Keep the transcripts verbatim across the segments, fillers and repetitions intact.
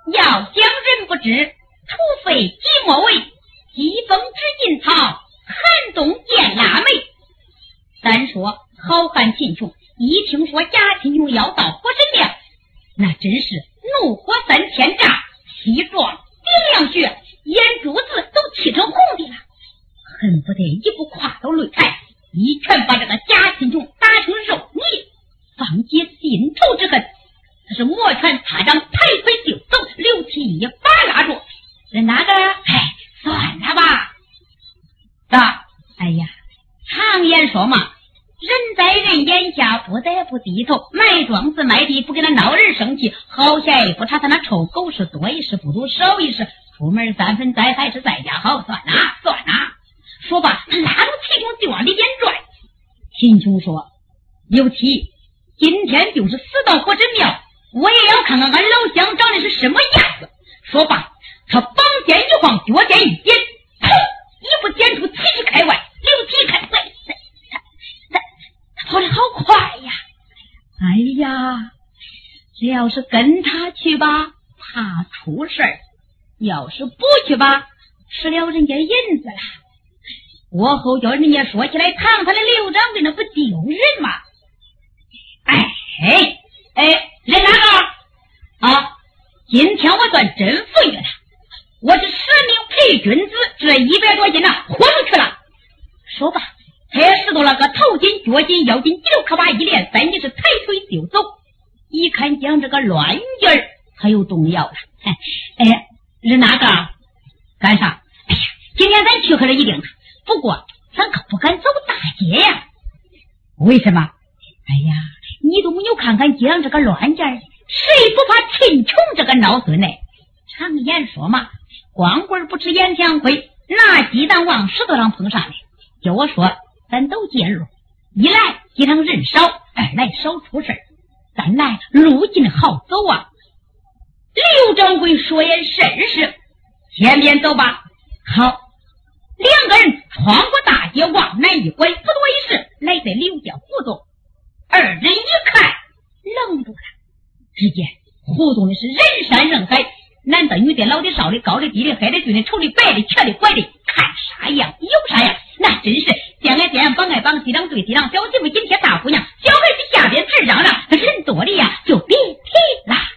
要将人不知，除非己莫为。疾风知劲草，寒冬见腊梅。单说好汉秦琼一听说贾秦琼要到火神庙，那真是怒火三千丈，气壮顶两穴，眼珠子都气成红的了，恨不得一步跨到擂台，一拳把这个贾秦琼打成肉泥，放解心头之恨。他是摩拳擦掌，抬腿就走，刘琦一把拉住，人哪个？哎，算了吧。大，哎呀，常言说嘛，人在人眼下，不得不低头。卖庄子卖地，不跟他闹人生气，好些也不查他那臭狗是多一事不如少一事，出门三分灾还是在家好。算了算了，说罢拉住秦琼就往里边拽。秦琼说：刘琦，今天就是死到火神庙，我也要看看俺老乡长的是什么样子。说罢他膀尖一晃，脚尖一点，砰，一步点出七十开外。刘琦看，喂，他他他跑得好快呀！哎呀，这要是跟他去吧，怕出事儿；要是不去吧，吃了人家银子了。我后叫人家说起来，唐他的刘掌柜那不丢人吗？哎哎哎，人哪个啊？今天我算真服你了，我这十名陪君子，这一百多斤呢，豁出去了。说吧，他也拾到了个头巾、脚巾、腰巾、九可把一连三斤是抬腿就走。一看将这个乱劲儿，他又动摇了。哎，人哪个干啥？哎呀，今天咱去可是一定的，不过咱可不敢走大街呀。为什么？哎呀，你都没有看看街上这个乱劲儿，谁不怕秦琼这个孬孙呢？常言说嘛，光棍不吃眼前亏，拿鸡蛋往石头上碰上来。叫我说，咱都介入，一来街上人少，二来少出事，三来路径好走啊。刘掌柜说也甚是，前面走吧。好，两个人穿过大街，往南一拐，不多一时，来在刘家胡同。二人一看，愣住了。只见胡同里是人山人海，男的女的老的少的高的低的黑的俊的丑的白的瘸的拐的，看啥样有啥样，那真是见爱见爱帮爱帮，地上对地上，小媳妇紧贴大姑娘，小孩子下边直嚷嚷，人多的呀就别提了。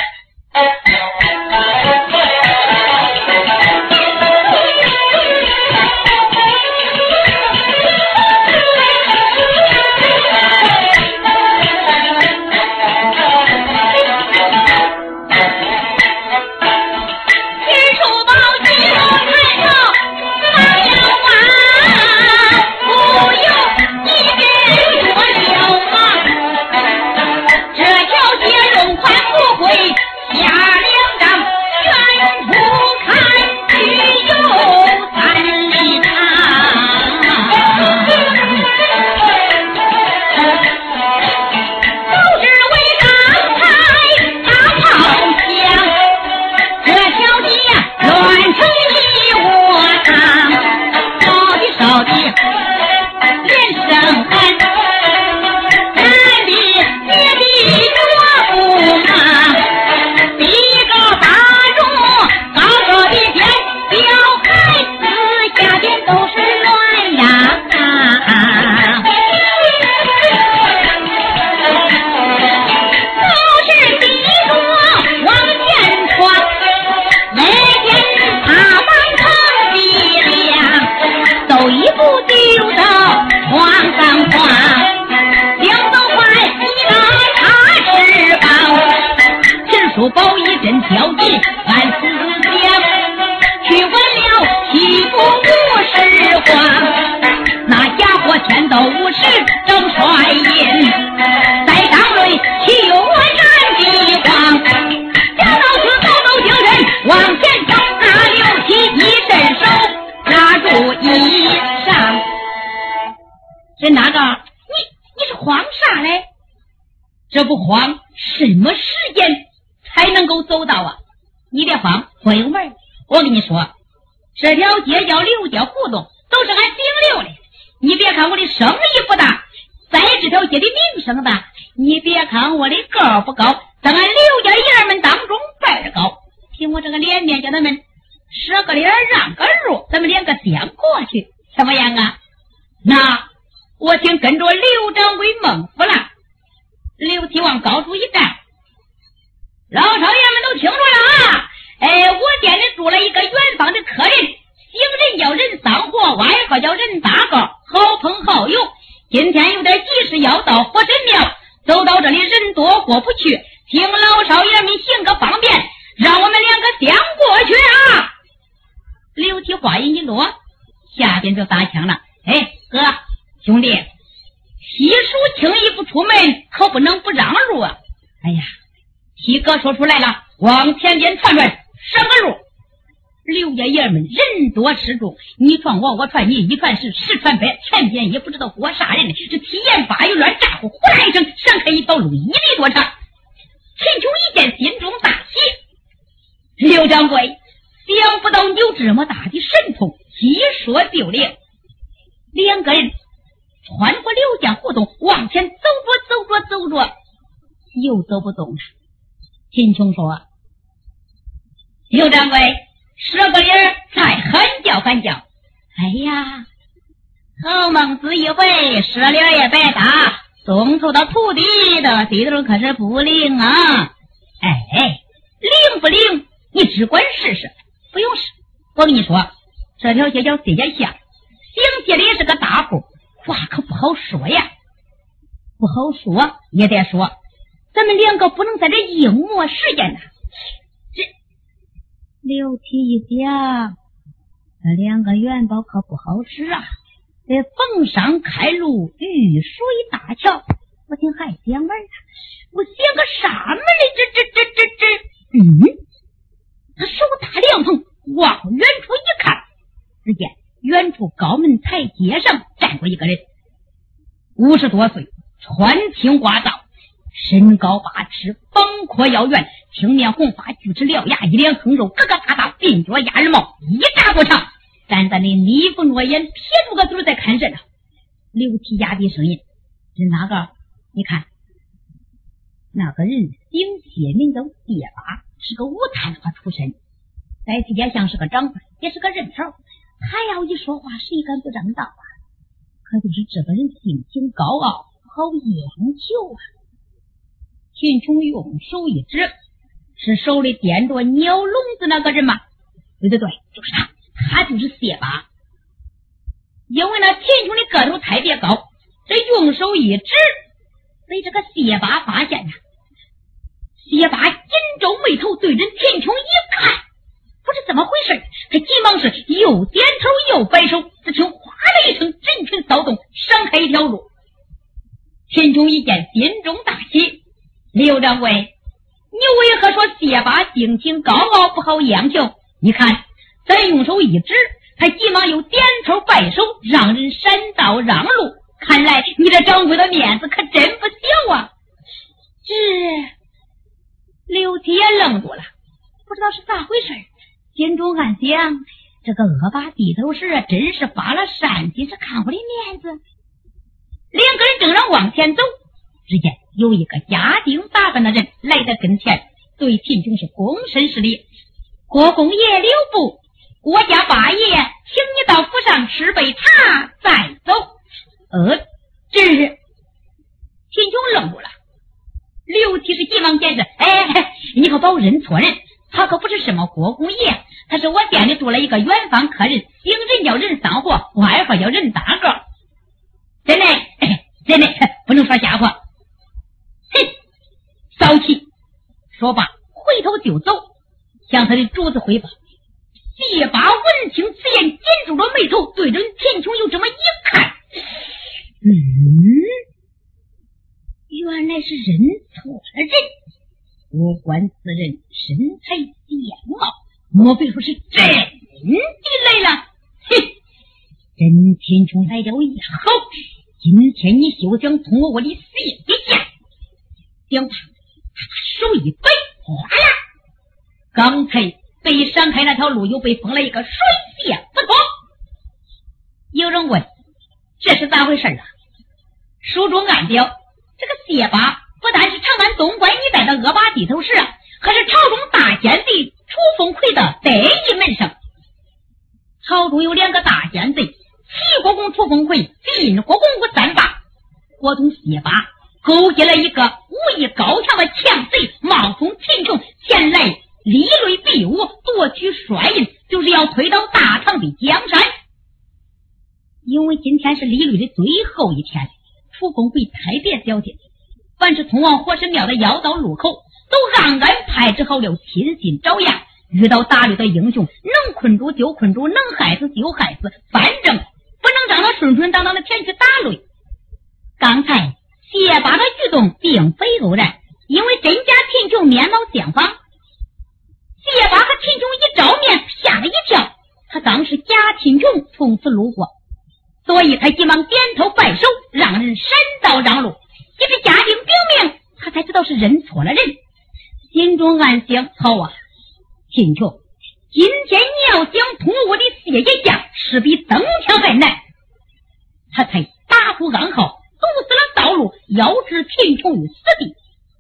这不慌，什么时间才能够走到啊？你别慌，朋友们，我跟你说，这条街叫刘家胡同，都是俺姓刘的。你别看我的生意不大，在这条街的名声大。你别看我的个不高，在俺刘家爷儿们当中辈儿高。 这个脸面，叫他们舍个脸让个路，咱们两个先过去，怎么样啊？那我请跟着刘掌柜孟府了。刘提往高处一站，老少爷们都听着了啊！哎，我店里住了一个远方的客人，行人叫人桑货，外号叫人大个，好朋好友。今天有点急事要到火神庙，走到这里人多过不去，请老少爷们行个方便，让我们两个先过去啊！刘提话音一落，下边就打枪了。哎，哥兄弟，西蜀轻易不出门，可不能不让路啊！哎呀，七哥说出来了，往前边传传，上个路。刘家爷们人多势众，你传我，我传你，一传十，十传百，前边也不知道过啥人呢。这七言八语乱咋呼，呼啦一声闪开一条路，一里多长。秦琼一见，心中大喜。刘掌柜，想不到你有这么大的神通，一说就灵。两个人穿过刘家胡同，往前走着走着走着，又走不动了。秦琼说：“刘掌柜，舍个礼儿，再喊叫喊叫。”哎呀，好孟子一回，舍礼儿也白打，送出到土地的地头可是不灵啊！哎，灵不灵，你只管试试，不用试。我跟你说，这条街叫这家巷，姓谢的也是个大户，话可不好说呀。不好说也得说，咱们两个不能在这硬磨时间呢。这刘提一想，这两个元宝可不好使啊，得逢山开路，遇水搭桥。我听还想门呢，我想个啥门呢？这这这这这，嗯，他手打凉棚，往远处一看，只见远处高门台阶上站过一个人，五十多岁，穿青花皂，身高八尺，膀阔腰圆，青面红发，锯齿獠牙，一脸横肉，咯咯哒哒，鬓角鸭人帽，一扎过长，淡淡的眯缝着眼，撇住个嘴在看热闹。刘提压低声音：“是哪个？你看，那个人姓谢，名叫谢八，是个武探花出身，在这家像是个长官，也是个人头。他要一说话，谁敢不让道啊？可就是这个人性情高傲，好眼球啊！”秦琼用手一指，是手里掂着鸟笼子那个人吗？对对对，就是他，他就是谢八。因为那秦琼的个头太别高，这用手一指，被这个谢八发现了。谢八紧皱眉头，对人秦琼一看，不是怎么回事，他急忙是又点头又摆手，只听哗啦一声，人群骚动，闪开一条路。秦琼一见，心中大喜。刘掌柜，你为何说谢八性情高傲，不好央求？你看，咱用手一指，他急忙又点头摆手，让人闪道让路。看来你这掌柜的面子可真不小啊！这刘提也愣住了，不知道是咋回事，心中暗想：这个恶霸地头蛇啊，真是发了善心，是看我的面子。两个人正让往前走，只见有一个家丁打扮的人来到跟前，对秦琼是躬身施礼：“国公爷留步，我家八爷请你到府上吃杯茶再走。”呃，这是秦琼愣住了。刘提是急忙解释：“哎，你可别认错人，他可不是什么国公爷，他是我店里住了一个远方客人，姓人叫人桑货，外号叫人大个。真的，真的不能说瞎话。”哼，骚气！说罢，回头就走，向他的主子汇报。谢八闻听此言，紧住了眉头，对着秦琼又这么一看，嗯，原来是认错了人。我观此人身材相貌，莫非说是真的来了？哼！真秦琼来了也好，今天你休想通过我的谢一下。想他手一摆，哗啦！刚才被闪开那条路又被封了一个水泄不通。有人问：“这是咋回事啊？”书中暗表，这个谢八不但是长安东关一带的恶霸地头蛇，还是朝中大奸贼楚风魁谢拔勾结了一个武艺高强的强贼，冒充秦琼前来李雷比武，夺取帅印，就是要推倒大唐的江山。因为今天是李雷的最后一天，出宫回太别小姐，凡是通往火神庙的要道路口都暗暗排置好了亲信爪牙，遇到大吕的英雄，能困住就困住，能害死就害死，反正不能让他顺顺当当的前去打擂。刚才谢拔的举动并非偶然，因为真假秦琼面貌相仿。谢拔和秦琼一照面，吓了一跳，他当是假秦琼从此路过，所以他急忙点头摆手，让人闪道让路。即使家境表明，他才知道是认错了人，心中暗想：好啊，秦琼，今天你要想通我的谢爷家，是比登天还难。他才打出暗号，堵死了道路，要置秦琼于死地。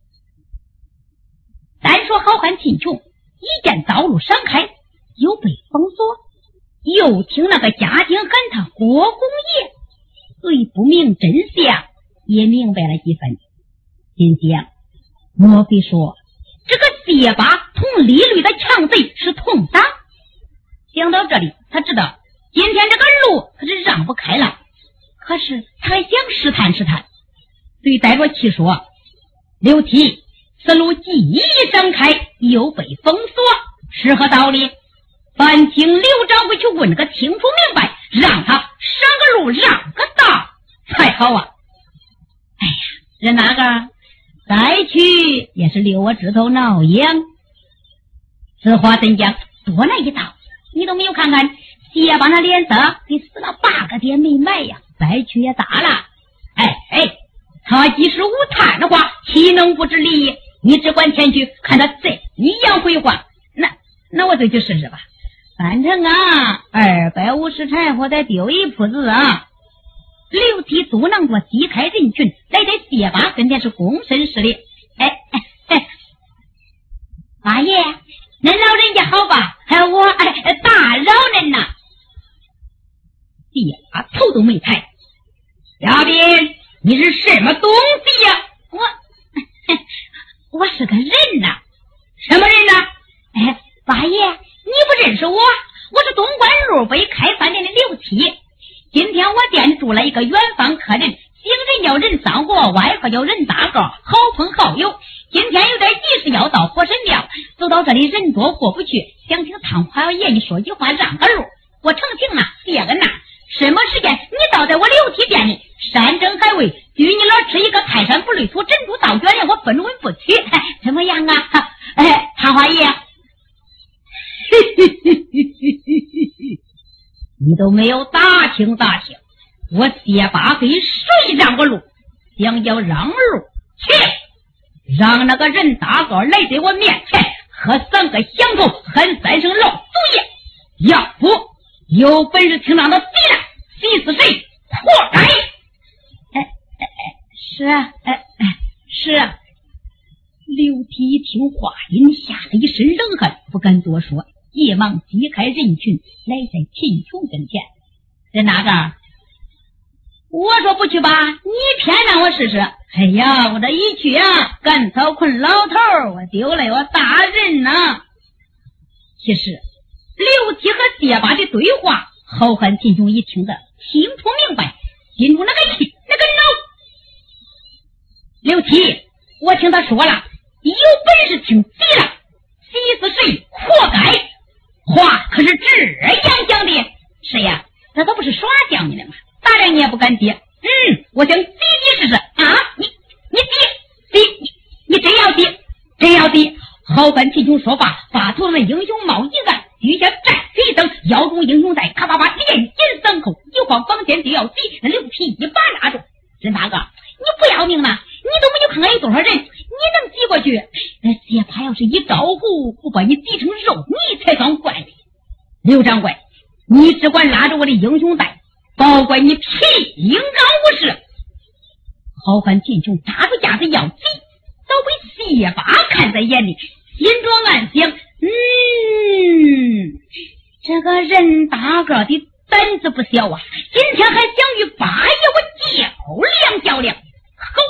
单说好汉秦琼一见道路闪开，又被封锁，又听那个家丁喊他国公爷，虽不明真相，也明白了几分。心想，莫非说这个谢拔同李律的强贼是同党？想到这里，他知道今天这个路他是让不开了，可是他还想试探试探，对带着气说：刘琦，此路既已闪开，又被封锁，是何道理？烦请刘掌柜去问个清楚明白，让他上个路让个道才好啊。哎呀，人哪个再去也是留我指头挠痒。此话怎讲？多来一道，你都没有看看谢把那脸色给死了八个点没埋呀，再去也大了。哎哎，他即使无贪的话，岂能不知礼仪？你只管前去看他怎样回话。那那我就去试试吧。反正啊，二百五十柴火再丢一铺子啊。刘琦阻挠着击开人群，来在谢拔跟前是躬身施礼。哎哎哎，八爷，恁老人家好吧？哎，我哎打扰恁呐。谢拔头都没抬。嘉宾，你是什么东西呀、啊？我我是个人呐。什么人呐？哎，八爷，你不认识我？我是东关路北开饭店的刘琦。今天我店住了一个远方客人，姓人叫任三国，外号叫任大高，好朋好友。今天有点急事要到火神庙，走到这里人多过不去，想听唐花爷你说句话让个路。我成情了，谢个呐。什么时间你倒在我刘琦店里，山珍海味，据你老吃一个泰山不累土，珍珠倒卷，让我分文不取，哎，怎么样啊？哎，唐花爷，你都没有打听打听，我谢拔给谁让过路？想要让路去，让那个人大高来在我面前喝三个响头，喊三声老祖爷，要不有本事听让他急了，急死谁？活该！哎哎哎，是啊，哎哎是啊。刘琦一听话音，吓得一身冷汗，不敢多说，急忙击开人群，来在秦琼跟前。这哪个？我说不去吧，你偏让我试试。哎呀，我这一去啊，甘草困老头，我丢了我大人呐、啊！其实刘琦和谢拔的对话，好汉秦琼一听得清楚明白，心中那个气那个恼。刘琦，我听他说了，有本事听急了，急死谁？活该！话可是这样讲的。是呀，那都不是耍讲你的吗？大人你也不敢接。嗯，我想急急试试啊！你你急急你你真要急真要急！好汉秦琼说罢，把头上英雄帽一按，举下战旗一蹬，腰中英雄带咔啪啪连紧三口，一晃房间就要急，那刘琦一把拉住。任大哥，你不要命了？你都没有看看有多少人，你能挤过去？那谢拔要是一招呼，不把你挤成肉泥才算怪。刘掌柜，你只管拉着我的英雄带，保管你平安无事。好汉秦琼打住架子要急，早被谢拔看在眼里，心中暗想：嗯，这个人大个的胆子不小啊，今天还想与八爷我较量较量。好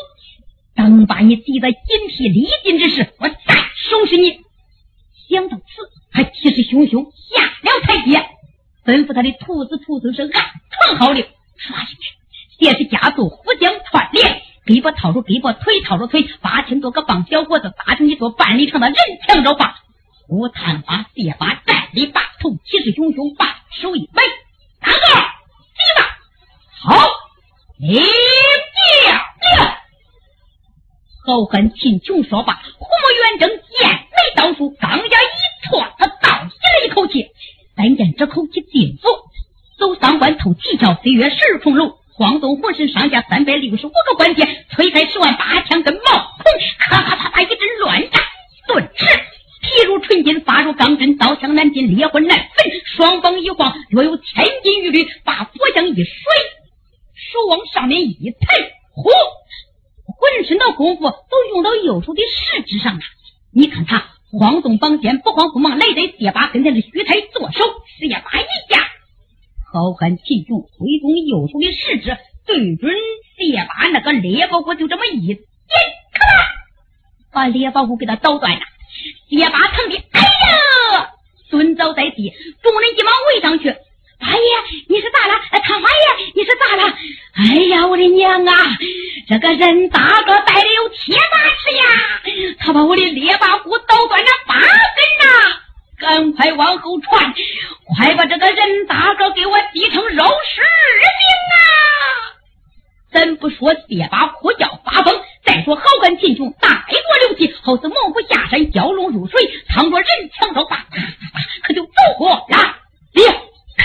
把你急得筋疲力尽之时，我再收拾你。想到此，还气势汹汹下了台阶，吩咐他的徒子徒孙是按传号令，刷进去，先是家族互相串联，胳膊套住胳膊，腿套住腿，八千多个棒小伙子搭成一座半里长的人墙绕坝。胡探花谢把站立把头，气势汹汹，把手一摆，大个起吧，好，领将了。豪汉秦琼说罢，胡木远征剑眉倒竖，刚下一窜，他倒吸了一口气，但见这口气尽服，走三关透七窍，飞越十重楼，晃动浑身上下三百六十五个关节，推开十万八千根毛孔，咔咔咔咔一阵乱战，顿时皮如纯金，发如钢针，刀枪难进，烈火难焚，双方一晃，若有千斤玉律，把火枪一水，手往上面一抬，呼，浑身的功夫都用到右手的食指上了。你看他晃动绑剑，不慌不忙来在谢拔跟前的虚台左手，谢拔一下，好汉秦琼挥动右手的食指，对准谢拔那个猎豹骨就这么一点，咔啦，把猎豹骨给他捣断了。谢拔疼的哎呀，蹲倒在地，众人急忙围上去。八爷你是咋了？唐八爷你是咋了？哎呀我的娘啊，这个人大个带的有铁八尺呀，他把我的猎把骨捣断了八根呐！赶快往后传，快把这个人大个给我逼成肉食饼啊！咱不说谢拔哭叫发疯，再说豪汉秦琼大过六气，好似猛虎下山，蛟龙入水，趟着人墙着把可就走过了。了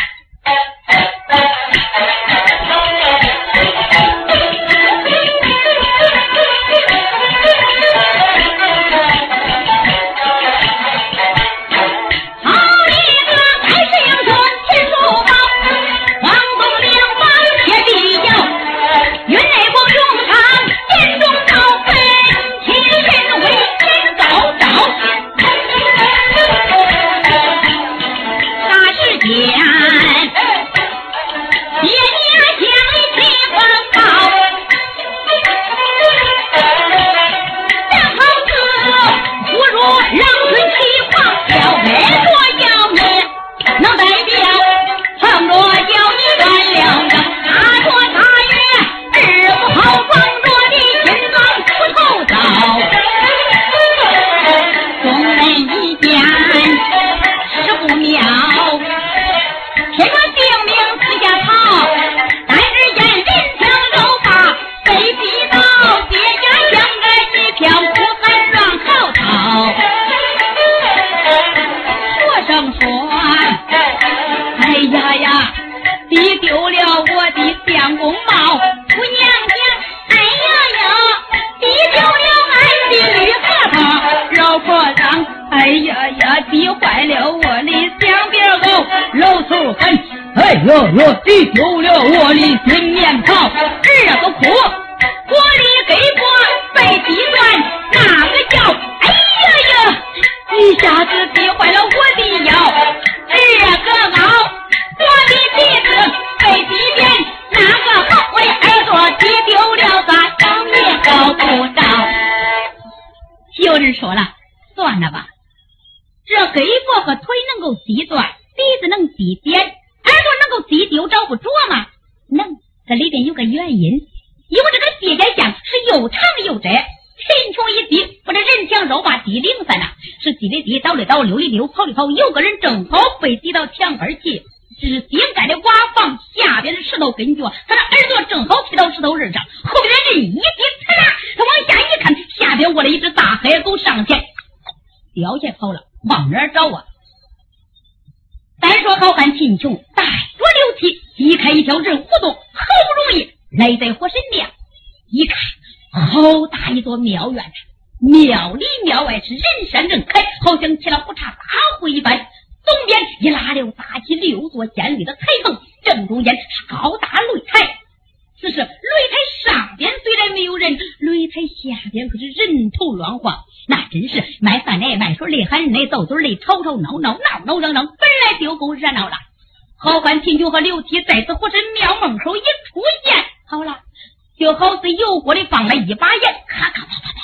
哟哟，你丢了我的新棉袍，这个苦我的给我被击断，那个叫哎呀呀，一下子击坏了我的腰，这个好我的鼻子被击扁，那个好我的耳朵击丢了，咋长也找不着。有人说了，算了吧，这胳膊和腿能够击断，鼻子能击扁，耳朵能够击丢找不着吗？能，这里边有个原因，因为这个谢家巷是又长又窄，秦琼一击把这人墙肉把击零散了，是击的击，倒的倒，溜一溜，跑一跑，有个人正好被击到墙根去，只是顶盖的瓦房下边的石头根脚，他的耳朵正好踢到石头刃上，后边的人一击，呲啦，他往下一看，下边卧了一只大海狗，上前掉下跑了，往哪儿找啊？单说好汉秦琼带着六七击开一条人胡同，好不容易来在火神庙，一看好大一座庙院，庙里庙外是人山人海，好像起了不差大会一般。东边一拉溜搭起六座尖锐的彩棚，正中间是高大擂台。此时擂台上边虽然没有人，擂台下边可是人头乱晃，那真是卖饭来卖水来喊人来斗嘴来吵吵闹闹闹闹嚷嚷，本来就够热闹了。好汉秦琼和刘七在此火神庙门口一出现，好了，就好似油锅里放了一把盐，咔咔啪啪啪啪，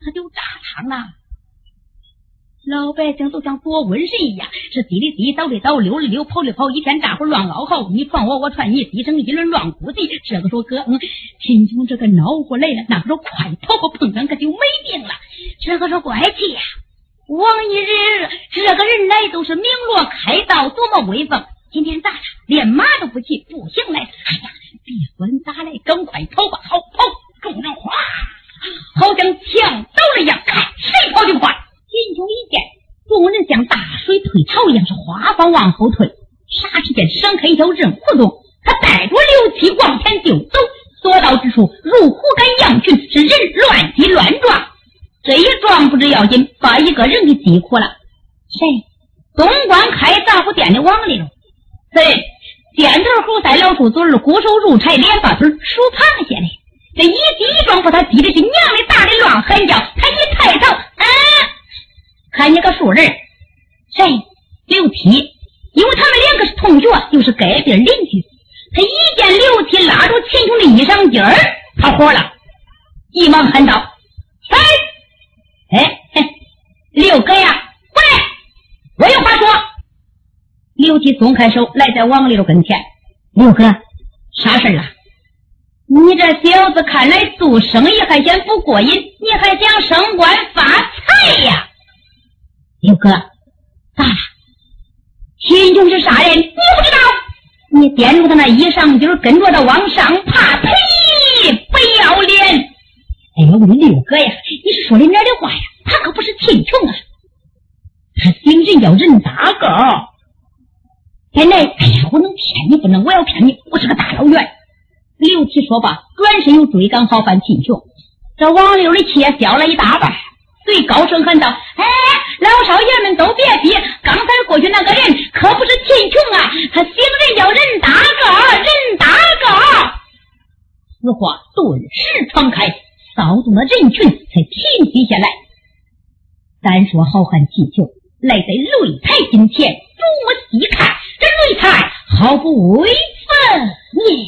可就炸场了。老百姓都像躲瘟神一样，是滴哩滴，倒哩倒，溜哩溜，跑哩跑，一天大伙乱嗷嚎，你撞我，我撞你，低声一轮乱鼓地。这个说哥，嗯，贫穷这个恼火来了，那个说快跑吧，碰上可就没命了。这个说怪气呀、啊，往一日这个人来都是鸣锣开道，多么威风。今天咋了？连马都不骑，步行来。哎呀，别管咋来，赶快跑吧，跑跑！众人哗，好像抢刀了一样，看谁跑得快。贫穷一见，众人像大水退潮一样，是花方往后退。霎时间闪开一条人胡同，他带着刘七往前就走，所到之处如虎赶羊群，是人乱挤乱撞。这一撞不知要紧，把一个人给挤哭了。谁？东关开杂货店的王丽荣。对，尖头猴腮老鼠嘴儿，鼓手入柴，连把腿数螃蟹嘞。这一挤一撞，把他挤的是娘的大的乱喊叫。他一抬头，啊，看一个熟人，谁？刘七，因为他们两个是同学，又是隔壁邻居。他一见刘七拉住秦琼的衣裳襟儿，他火了，一忙喊道：“哎，哎哎，刘哥呀，过来，我有话说。”刘七松开手，来在王丽荣跟前：“刘哥，啥事了？你这小子看来做生意还嫌不过瘾，你还想升官发财呀？”刘哥，咋了？秦琼是啥人？你不知道？你掂住他那衣裳襟跟着他往上爬，呸！不要脸！哎呦，你刘哥呀，你是说的哪儿的话呀？他可不是秦琼啊，他姓人叫任大个。现在，哎呀，我能骗你不能？我要骗你，我是个大老远。刘七说罢，转身又追赶好汉秦琼。这王六的气也消了一大半，遂高声喊道：“哎，老少爷们都别逼，刚才过去那个人可不是秦琼啊，他姓人叫任大个，任大个。”此话顿时传开，骚动的人群才平息下来。单说好汉秦琼来在擂台跟前，注目细看，这擂台毫不威风耶。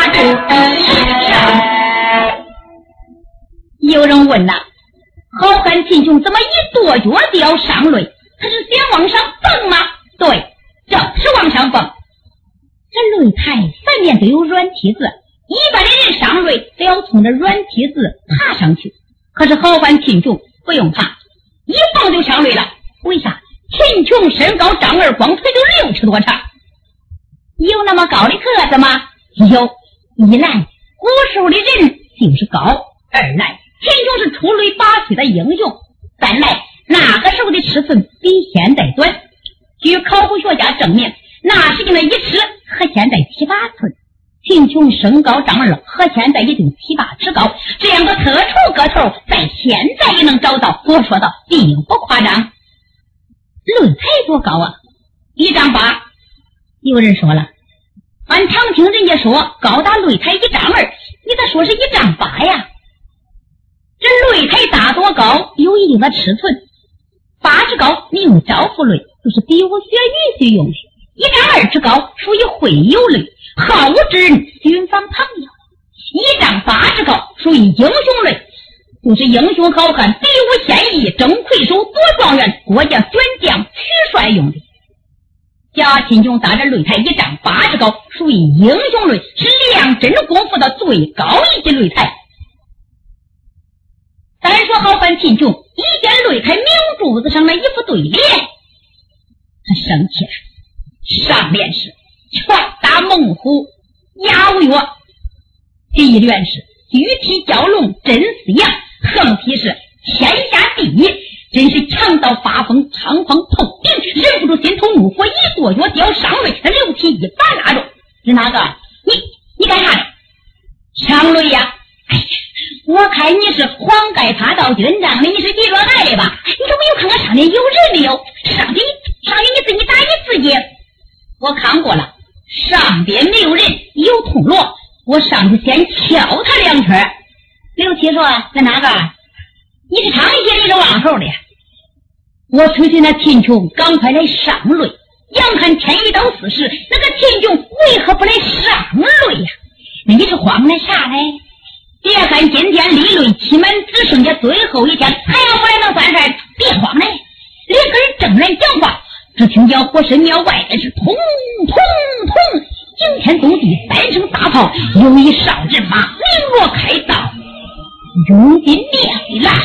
住地上。有人问呐，好汉秦琼怎么一跺脚就要上擂？他是想往上蹦吗？对，正是往上蹦。这擂台三面都有软梯子，一般的人上擂都要从这软梯子爬上去，可是好汉秦琼不用爬，一蹦就上擂了。为啥？秦琼身高丈二，光腿就六尺多长。有那么高的个子吗？有。一来古时候的人就是高，二来秦琼是出类拔萃的英雄，三来那个时候的尺寸比现在短。据考古学家证明，那时间的一尺和现在七八寸。秦琼身高丈二，和现在也就七八尺高，这样的特殊个头在现在也能找到。我说的并不夸张。擂台多高啊？一丈八。有人说了，俺常听人家说高达擂台一丈二，你咋说是一丈八呀？这擂台大多高有一定的尺寸，八尺高你用招抚擂，就是比武学女婿用的；一丈二尺高属于会友擂，好之人寻访朋友；一丈八尺高属于英雄擂，就是英雄好汉比武献艺争魁首夺状元，国家选将取帅用的。贾秦琼打着擂台一丈八尺高，属于英雄擂，是量真功夫的最高一级擂台。单说好汉秦琼一见擂台明柱子上的一副对联，他生气了。上联是拳打猛虎哑无药，第一联是举体蛟龙真似羊，横批是天下第一，真是强到发疯猖狂碰顶，忍不住心头怒火，一跺脚就要上擂，他刘琦一把拉住。是哪个？你你干啥的？上擂呀！哎呀，我看你是黄盖他到军帐的，你是地着来的吧？你都没有看看上面有人没有？上边上边你自己打你自己。我看过了，上边没有人，有铜锣，我上去先敲他两圈。刘琦说：“那哪个？你是长一些，你是往后的呀？”我催催那秦琼赶快来上擂。眼看天一到四时，那个秦琼为何不来上擂呀？那你是慌来啥嘞？别看今天离擂期满，只剩下最后一天，还要不来能算事？别慌嘞！两个人正来讲话，只听见火神庙外边是通通通，惊天动地三声大炮，有一哨人马鸣锣开道，涌进庙里来。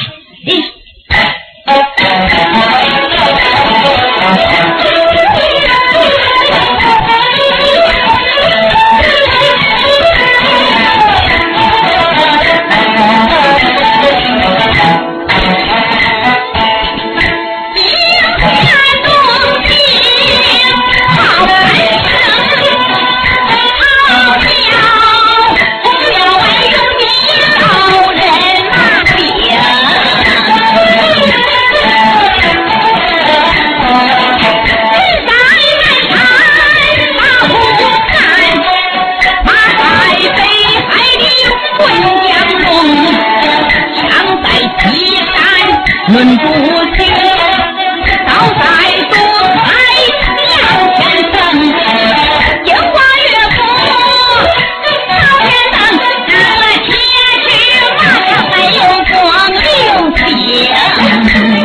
论主情，刀在多开两千层，烟花乐府朝天灯，这铁翅马上还有光有情。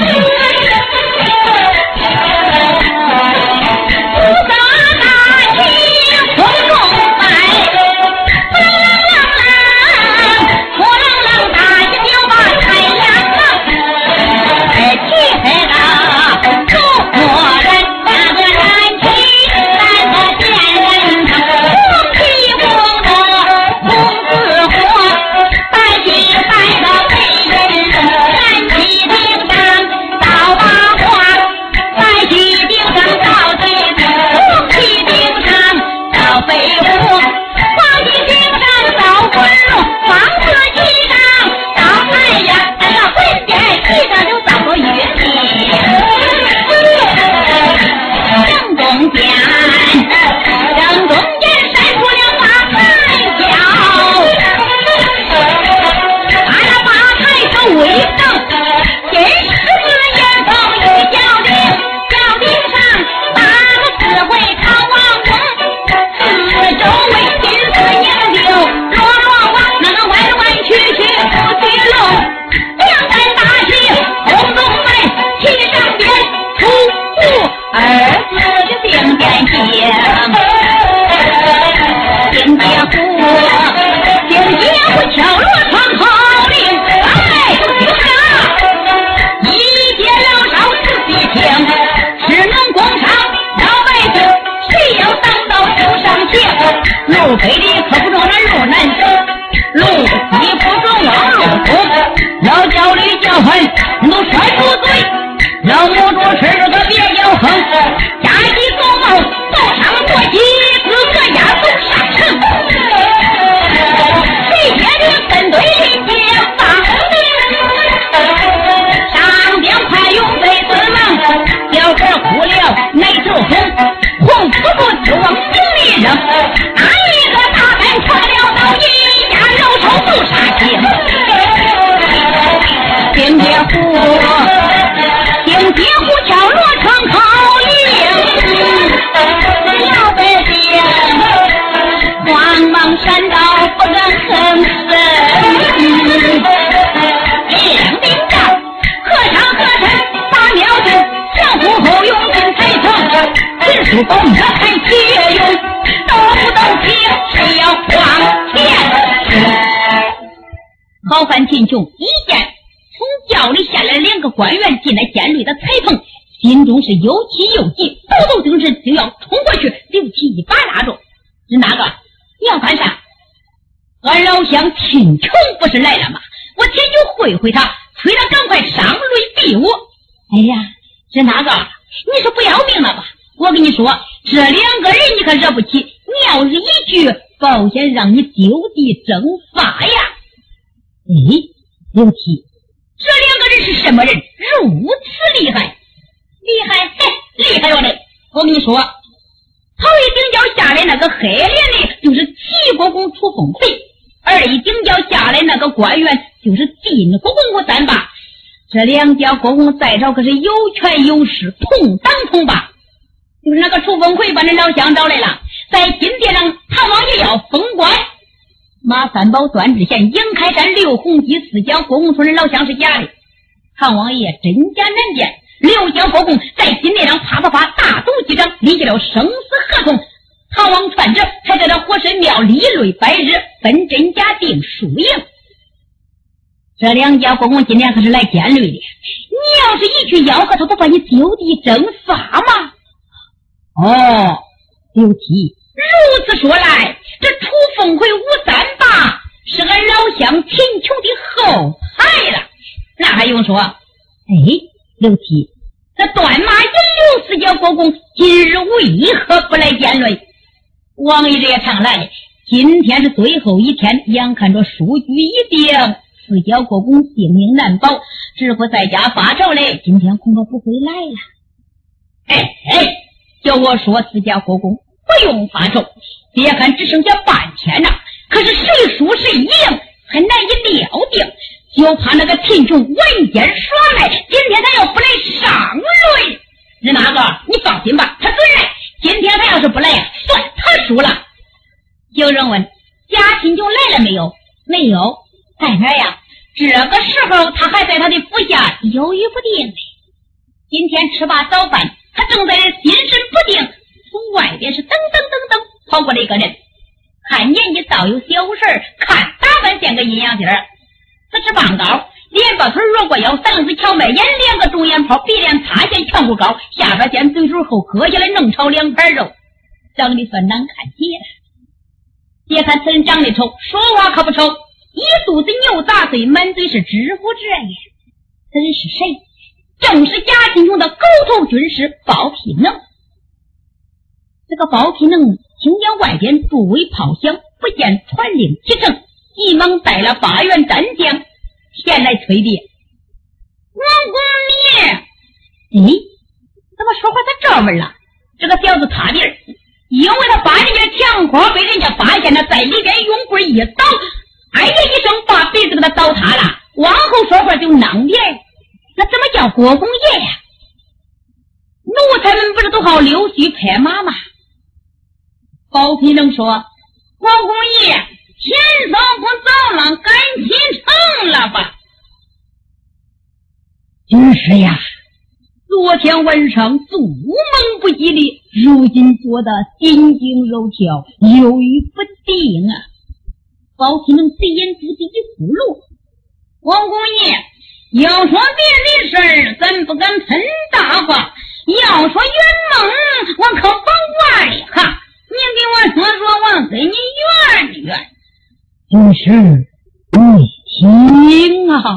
五色大旗空中摆，扑棱棱棱，扑棱棱大旗要把太阳好汉秦琼一见从轿里下来两个官员进来监狱的裁缝，心中是又气又急，抖抖精神就要冲过去。刘琦一把拉住：“是哪个？你要干啥？俺老乡秦琼不是来了吗？我前就会会他，催他赶快上擂比武。”哎呀，是哪个？你是不要命了吧？我跟你说，这两个人你可惹不起，你要是一句，保险让你就地正法呀！哎，刘琦，这两个人是什么人？如此厉害，厉害，嘿，厉害哟嘞！我跟你说，头一顶角下来那个黑脸的，就是齐国公楚凤飞；二一顶角下来那个官员，就是晋国公吴三霸。这两家国公在朝可是有权有势，同当同霸。就是那个楚凤飞把那老乡找来了，在金殿上唐王爷要封官。马三宝、段知县、尹开山、刘洪基四家国公说的老乡是假的，唐王爷真假难辨。六家国公在金殿上啪啪啪大动机长，立下了生死合同。唐王传旨，还在这火神庙立擂百日，分真假定输赢。这两家国公今天可是来监律的，你要是一句吆喝，他不把你就地正法吗？哦，刘琦，如此说来，这楚凤回吴三霸是俺老乡秦琼的后派了。那还用说？哎，刘琦，这段马引刘四家国公今日为何不来监律？王爷这也常来，今天是最后一天，眼看着书局一定，四家国公性命难保，只不在家发愁嘞，今天恐怕不会来了。哎哎，叫我说四家国公不用发愁，别看只剩下半天了，可是谁输谁赢还难以料定，就怕那个秦琼闻奸耍赖，今天他要不来上擂。是哪个？你放心吧，他准来。今天他要是不来，算他输了。有人问贾秦琼来了没有？没有，在哪呀？这个时候他还在他的府下犹豫不定。今天吃罢早饭，他正在这心神不定，从外边是噔噔噔噔跑过来一个人，看年纪倒有小事，看打扮像个阴阳眼儿。他吃棒糕，脸把腿弱过腰，嗓子荞麦眼，两个中眼泡，鼻梁擦线颧骨高，下巴尖嘴唇厚，磕下来能炒两盘肉，长得算难看极了。别看此人长得丑，说话可不丑，一肚子牛杂碎，满嘴是知府之言。此人是谁？正是贾秦琼的狗头军师包丕能。这个包丕能听见外边不为炮响，不见传令启程，急忙带了八员战将前来催别。王公你，咦，怎么说话他这味了？这个小子擦地儿，因为他把人家墙花被人家发现了，在里边用棍一倒，哎呀一声把鼻子给他倒塌了，往后说话就囊别。那怎么叫国公爷呀？奴才们不是都好溜须拍马吗？包丕能说，国公爷天早不早了，赶紧成了吧。军师呀，昨天晚上做梦不吉利，如今做的心惊肉跳，犹豫不定啊。包丕能贼眼珠子一呼噜，国公爷要说别的事儿，咱不敢喷大话，要说圆梦，我可不外哈。你给我说说，我给你圆圆。军师，你听啊。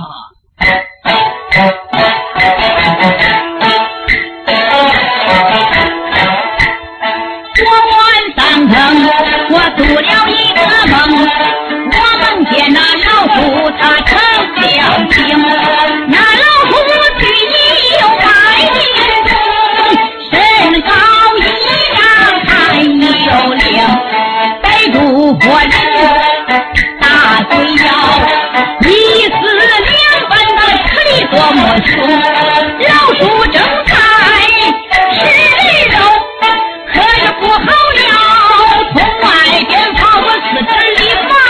我晚上更，我做了一个梦，我梦见那老虎它成了精，那老虎具有百灵通，身高一丈，还有灵，逮住活人大嘴咬，一死两半的实力多么凶，老鼠正在吃肉，可是不好了，从外边跑我四肢里发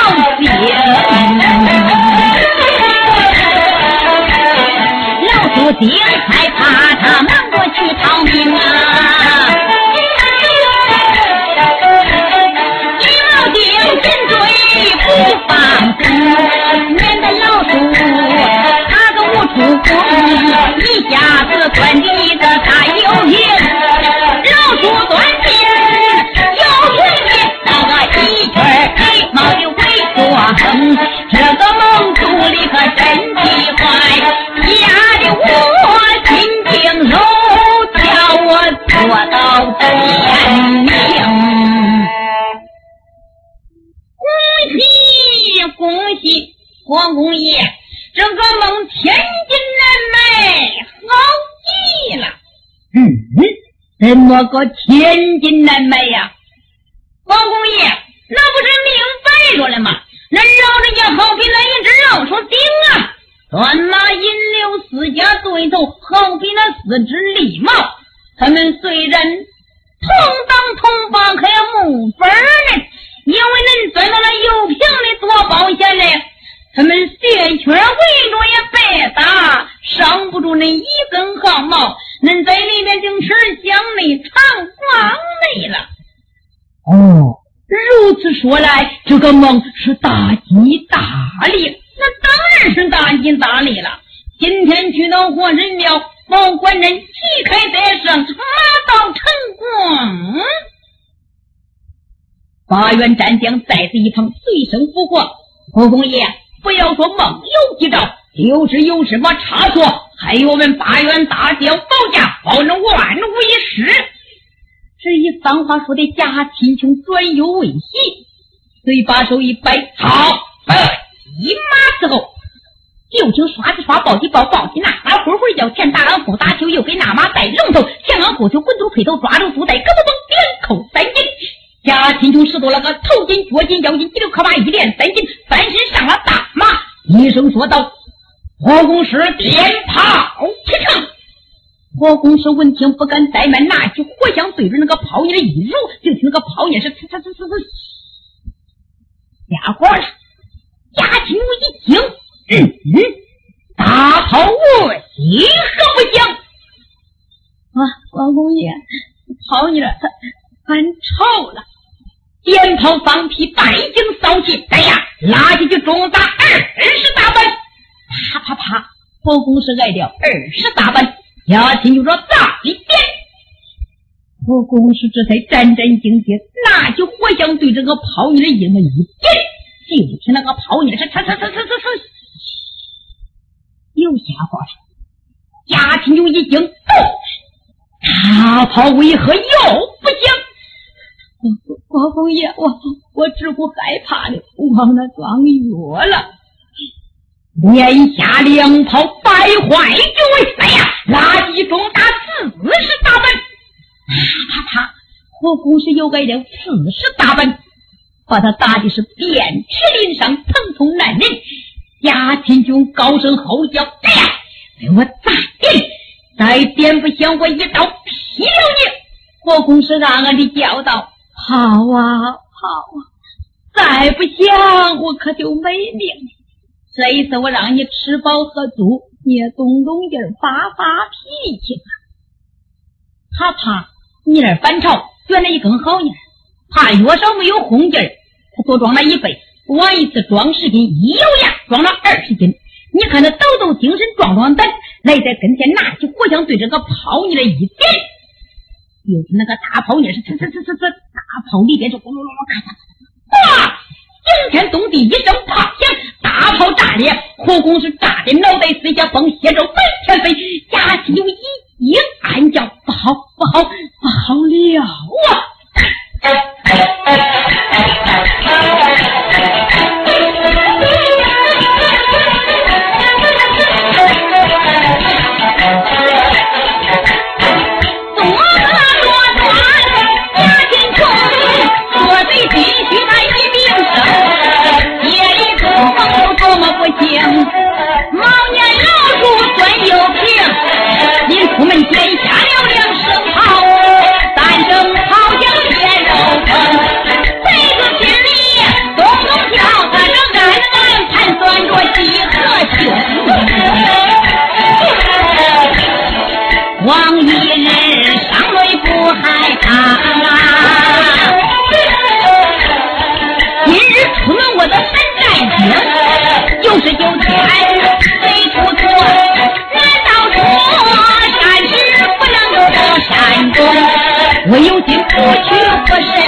这个梦处理可真奇怪，吓得我心惊肉跳，我做到天明。恭喜恭喜国公爷，这个梦千金难买，好极了。嗯，怎么个千金难买呀？国公爷，那不是明白着了吗？那老人家好比那一只老鼠精啊，乱马引流四家对头，好比那四只狸猫。他们虽然同当同帮，可要木分呢，因为恁钻到了油瓶里做保险呢，他们血圈围着也白打，伤不住恁一根毫毛，恁在里面竟吃香内尝光内了。哦，如此说来，这个梦是大吉大利。那当然是大吉大利了。今天去到火神庙，保管人旗开得胜，马到成功。八员战将在此一旁随声附和。国公爷，不要说梦有吉兆，就是有什么差错，还有我们八员大将保驾，保证万无一失。这一番话说的贾秦琼转忧未喜，遂把手一摆，好，呃，一马之后，就听刷子刷，抱起抱，抱起那马，呼呼叫，前打狼虎打球，又给那马带龙头，前往过去滚头推头，抓住猪带，咯嘣嘣，连扣三斤。贾秦琼使多了个头筋、脚筋、腰筋，几溜可把一连三斤，翻身上了大马，一声说道：“火攻师鞭炮启程。”火攻师闻听不敢怠慢，拿起火枪对着那个炮眼一揉，就听那个炮眼是呲呲呲呲呲下火了。贾秦琼一惊，嗯嗯，大炮我一声不响啊！王公爷，炮眼他翻潮了。鞭炮放屁，半径扫起，哎呀，拉进去中打二十大板，啪啪啪，火攻师挨掉二十大板。贾秦就说大一点，火攻师这才战战兢兢，拿起火枪对这个炮眼一么一点，就听那个炮眼是呲呲呲呲呲呲，又下火了。贾秦就一惊，哦，大炮为何又不响？国公爷，我我只顾害怕的往那装药了。连下两炮，败坏就位，哎呀，垃圾中打四十大板，啪啪啪，火攻师又挨了四十大板，把他打的是遍体鳞伤，疼痛难忍。贾秦琼高声吼叫：“哎呀，给我再点！再点不响，我一刀劈了你！”火攻师暗暗地叫道：“跑啊跑啊，再不响，我可就没命了。这一次我让你吃饱喝足，你也动动劲儿，发发脾气吧。”他怕你那反潮，原来一根好呢，怕药上没有红劲儿，他多装了一倍，往一次装十斤，一有呀装了二十斤。你看他抖抖精神，壮壮胆，来在跟前拿起火枪对这个炮你的一点，又是那个大炮也是呲呲呲呲呲，大炮里边是轰隆隆隆咔嚓，哇！惊天动地一声炮响，大炮炸裂，火攻是炸的脑袋四下崩，血肉满天飞。贾秦就一一暗叫：“不好不好不好了啊！”猫年老鼠钻油瓶，您出门前下了两声炮，三声炮响见肉疼，辈子心里咚咚跳，他这暗暗盘算着几何兄，往一日上雷不害怕，今日出门我的神战经九十九天没出错，难道说善事不能够到山中？我有心不去不是